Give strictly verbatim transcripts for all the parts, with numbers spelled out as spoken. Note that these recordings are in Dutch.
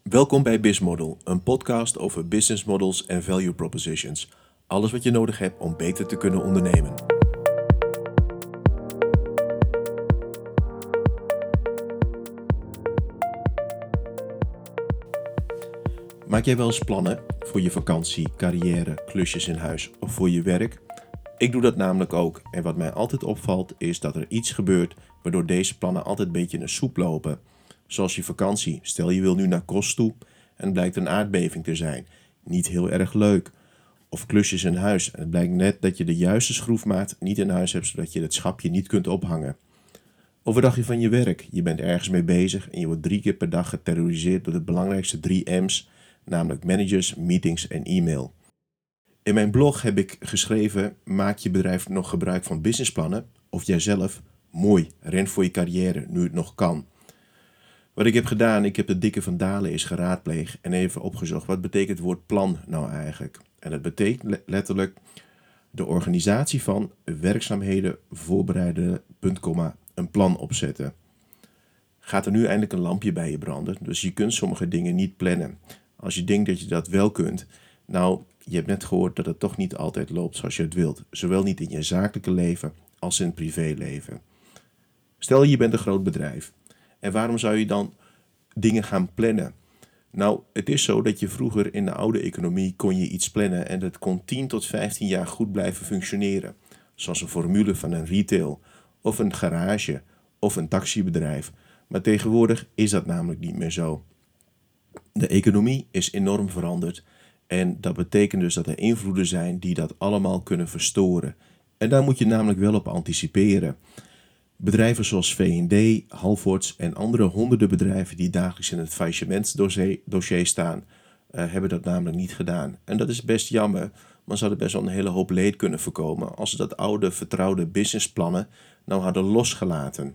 Welkom bij BizModel, een podcast over business models en value propositions. Alles wat je nodig hebt om beter te kunnen ondernemen. Maak jij wel eens plannen voor je vakantie, carrière, klusjes in huis of voor je werk? Ik doe dat namelijk ook en wat mij altijd opvalt is dat er iets gebeurt waardoor deze plannen altijd een beetje in de soep lopen. Zoals je vakantie, stel je wil nu naar Kos toe en het blijkt een aardbeving te zijn. Niet heel erg leuk. Of klusjes in huis en het blijkt net dat je de juiste schroefmaat niet in huis hebt zodat je het schapje niet kunt ophangen. Of wat dacht je van je werk? Je bent ergens mee bezig en je wordt drie keer per dag geterroriseerd door de belangrijkste drie M's, namelijk managers, meetings en e-mail. In mijn blog heb ik geschreven, maak je bedrijf nog gebruik van businessplannen of jijzelf? Mooi, ren voor je carrière nu het nog kan. Wat ik heb gedaan, ik heb de dikke van Dalen eens geraadpleegd en even opgezocht. Wat betekent het woord plan nou eigenlijk? En dat betekent letterlijk de organisatie van werkzaamheden voorbereiden, punt, komma, een plan opzetten. Gaat er nu eindelijk een lampje bij je branden? Dus je kunt sommige dingen niet plannen. Als je denkt dat je dat wel kunt, nou, je hebt net gehoord dat het toch niet altijd loopt zoals je het wilt. Zowel niet in je zakelijke leven als in het privéleven. Stel je bent een groot bedrijf. En waarom zou je dan dingen gaan plannen? Nou, het is zo dat je vroeger in de oude economie kon je iets plannen en dat kon tien tot vijftien jaar goed blijven functioneren. Zoals een formule van een retail of een garage of een taxibedrijf. Maar tegenwoordig is dat namelijk niet meer zo. De economie is enorm veranderd en dat betekent dus dat er invloeden zijn die dat allemaal kunnen verstoren. En daar moet je namelijk wel op anticiperen. Bedrijven zoals V en D, Halfords en andere honderden bedrijven die dagelijks in het faillissementsdossier staan, uh, hebben dat namelijk niet gedaan. En dat is best jammer, maar ze hadden best wel een hele hoop leed kunnen voorkomen als ze dat oude vertrouwde businessplannen nou hadden losgelaten.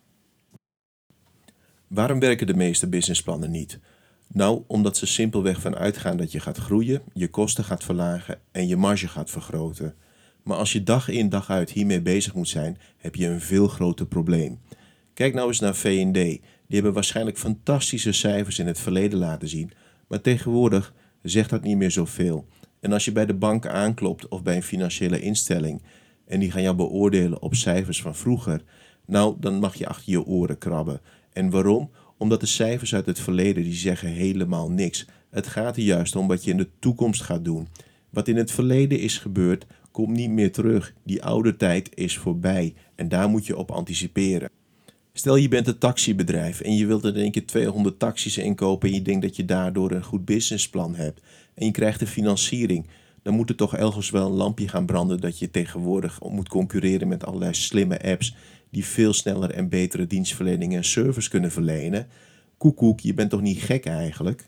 Waarom werken de meeste businessplannen niet? Nou, omdat ze simpelweg van uitgaan dat je gaat groeien, je kosten gaat verlagen en je marge gaat vergroten. Maar als je dag in dag uit hiermee bezig moet zijn, heb je een veel groter probleem. Kijk nou eens naar V en D. Die hebben waarschijnlijk fantastische cijfers in het verleden laten zien, maar tegenwoordig zegt dat niet meer zoveel. En als je bij de bank aanklopt of bij een financiële instelling en die gaan jou beoordelen op cijfers van vroeger, nou, dan mag je achter je oren krabben. En waarom? Omdat de cijfers uit het verleden die zeggen helemaal niks. Het gaat er juist om wat je in de toekomst gaat doen. Wat in het verleden is gebeurd, komt niet meer terug. Die oude tijd is voorbij en daar moet je op anticiperen. Stel je bent een taxibedrijf en je wilt er in één keer tweehonderd taxis inkopen en je denkt dat je daardoor een goed businessplan hebt. En je krijgt de financiering. Dan moet er toch ergens wel een lampje gaan branden dat je tegenwoordig moet concurreren met allerlei slimme apps die veel sneller en betere dienstverlening en service kunnen verlenen. Koekoek, je bent toch niet gek eigenlijk?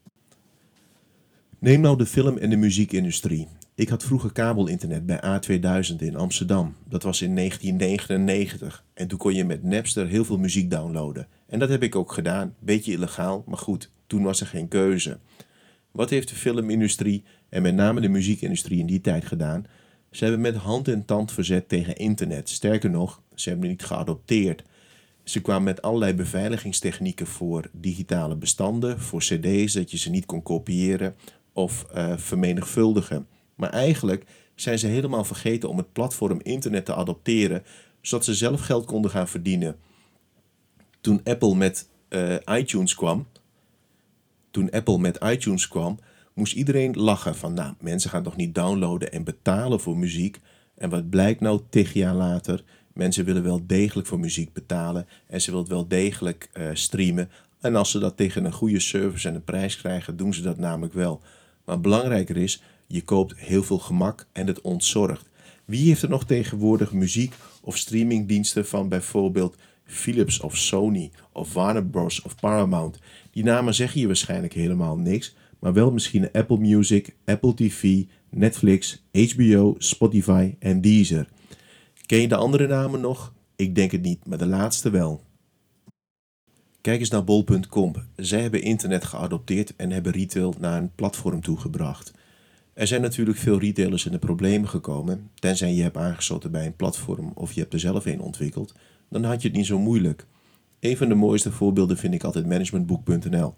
Neem nou de film- en de muziekindustrie. Ik had vroeger kabelinternet bij A tweeduizend in Amsterdam. Dat was in negentien negenennegentig. En toen kon je met Napster heel veel muziek downloaden. En dat heb ik ook gedaan. Beetje illegaal, maar goed, toen was er geen keuze. Wat heeft de filmindustrie en met name de muziekindustrie in die tijd gedaan? Ze hebben met hand en tand verzet tegen internet. Sterker nog, ze hebben het niet geadopteerd. Ze kwamen met allerlei beveiligingstechnieken voor digitale bestanden, voor cd's, dat je ze niet kon kopiëren of uh, vermenigvuldigen. Maar eigenlijk zijn ze helemaal vergeten om het platform internet te adopteren, zodat ze zelf geld konden gaan verdienen. Toen Apple met uh, iTunes kwam, toen Apple met iTunes kwam, moest iedereen lachen van, nou, mensen gaan toch niet downloaden en betalen voor muziek. En wat blijkt nou tig jaar later? Mensen willen wel degelijk voor muziek betalen en ze willen wel degelijk uh, streamen. En als ze dat tegen een goede service en een prijs krijgen, doen ze dat namelijk wel. Maar belangrijker is, je koopt heel veel gemak en het ontzorgt. Wie heeft er nog tegenwoordig muziek of streamingdiensten van bijvoorbeeld Philips of Sony of Warner Bros. Of Paramount? Die namen zeggen je waarschijnlijk helemaal niks, maar wel misschien Apple Music, Apple T V, Netflix, H B O, Spotify en Deezer. Ken je de andere namen nog? Ik denk het niet, maar de laatste wel. Kijk eens naar bol punt com. Zij hebben internet geadopteerd en hebben retail naar een platform toegebracht. Er zijn natuurlijk veel retailers in de problemen gekomen, tenzij je hebt aangesloten bij een platform of je hebt er zelf een ontwikkeld, dan had je het niet zo moeilijk. Een van de mooiste voorbeelden vind ik altijd managementboek punt n l.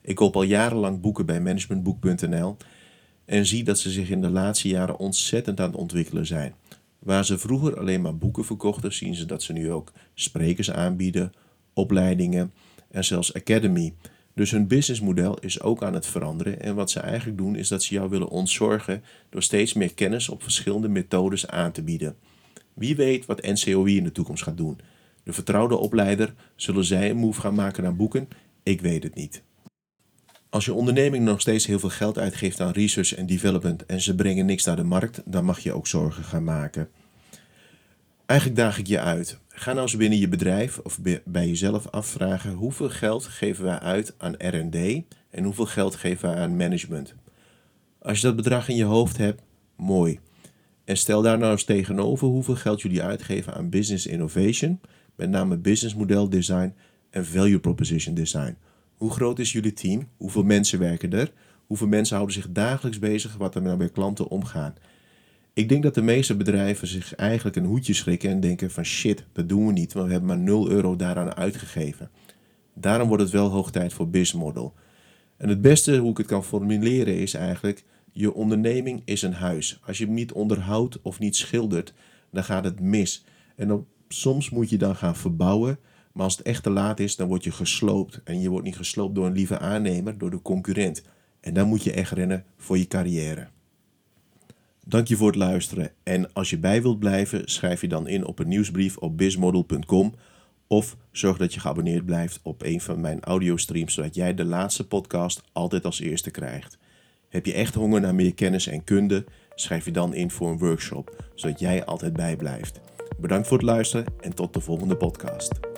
Ik koop al jarenlang boeken bij managementboek punt n l en zie dat ze zich in de laatste jaren ontzettend aan het ontwikkelen zijn. Waar ze vroeger alleen maar boeken verkochten, zien ze dat ze nu ook sprekers aanbieden, opleidingen en zelfs academy. Dus hun businessmodel is ook aan het veranderen en wat ze eigenlijk doen is dat ze jou willen ontzorgen door steeds meer kennis op verschillende methodes aan te bieden. Wie weet wat N C O I in de toekomst gaat doen. De vertrouwde opleider, zullen zij een move gaan maken naar boeken? Ik weet het niet. Als je onderneming nog steeds heel veel geld uitgeeft aan research en development en ze brengen niks naar de markt, dan mag je ook zorgen gaan maken. Eigenlijk daag ik je uit. Ga nou eens binnen je bedrijf of bij jezelf afvragen hoeveel geld geven wij uit aan R en D en hoeveel geld geven wij aan management. Als je dat bedrag in je hoofd hebt, mooi. En stel daar nou eens tegenover hoeveel geld jullie uitgeven aan business innovation, met name business model design en value proposition design. Hoe groot is jullie team? Hoeveel mensen werken er? Hoeveel mensen houden zich dagelijks bezig wat er nou bij klanten omgaan? Ik denk dat de meeste bedrijven zich eigenlijk een hoedje schrikken en denken van shit, dat doen we niet, want we hebben maar nul euro daaraan uitgegeven. Daarom wordt het wel hoog tijd voor business model. En het beste hoe ik het kan formuleren is eigenlijk, je onderneming is een huis. Als je hem niet onderhoudt of niet schildert, dan gaat het mis. En dan, soms moet je dan gaan verbouwen, maar als het echt te laat is, dan word je gesloopt. En je wordt niet gesloopt door een lieve aannemer, door de concurrent. En dan moet je echt rennen voor je carrière. Dank je voor het luisteren. En als je bij wilt blijven, schrijf je dan in op een nieuwsbrief op bizmodel punt com. Of zorg dat je geabonneerd blijft op een van mijn audiostreams, zodat jij de laatste podcast altijd als eerste krijgt. Heb je echt honger naar meer kennis en kunde? Schrijf je dan in voor een workshop, zodat jij altijd bijblijft. Bedankt voor het luisteren en tot de volgende podcast.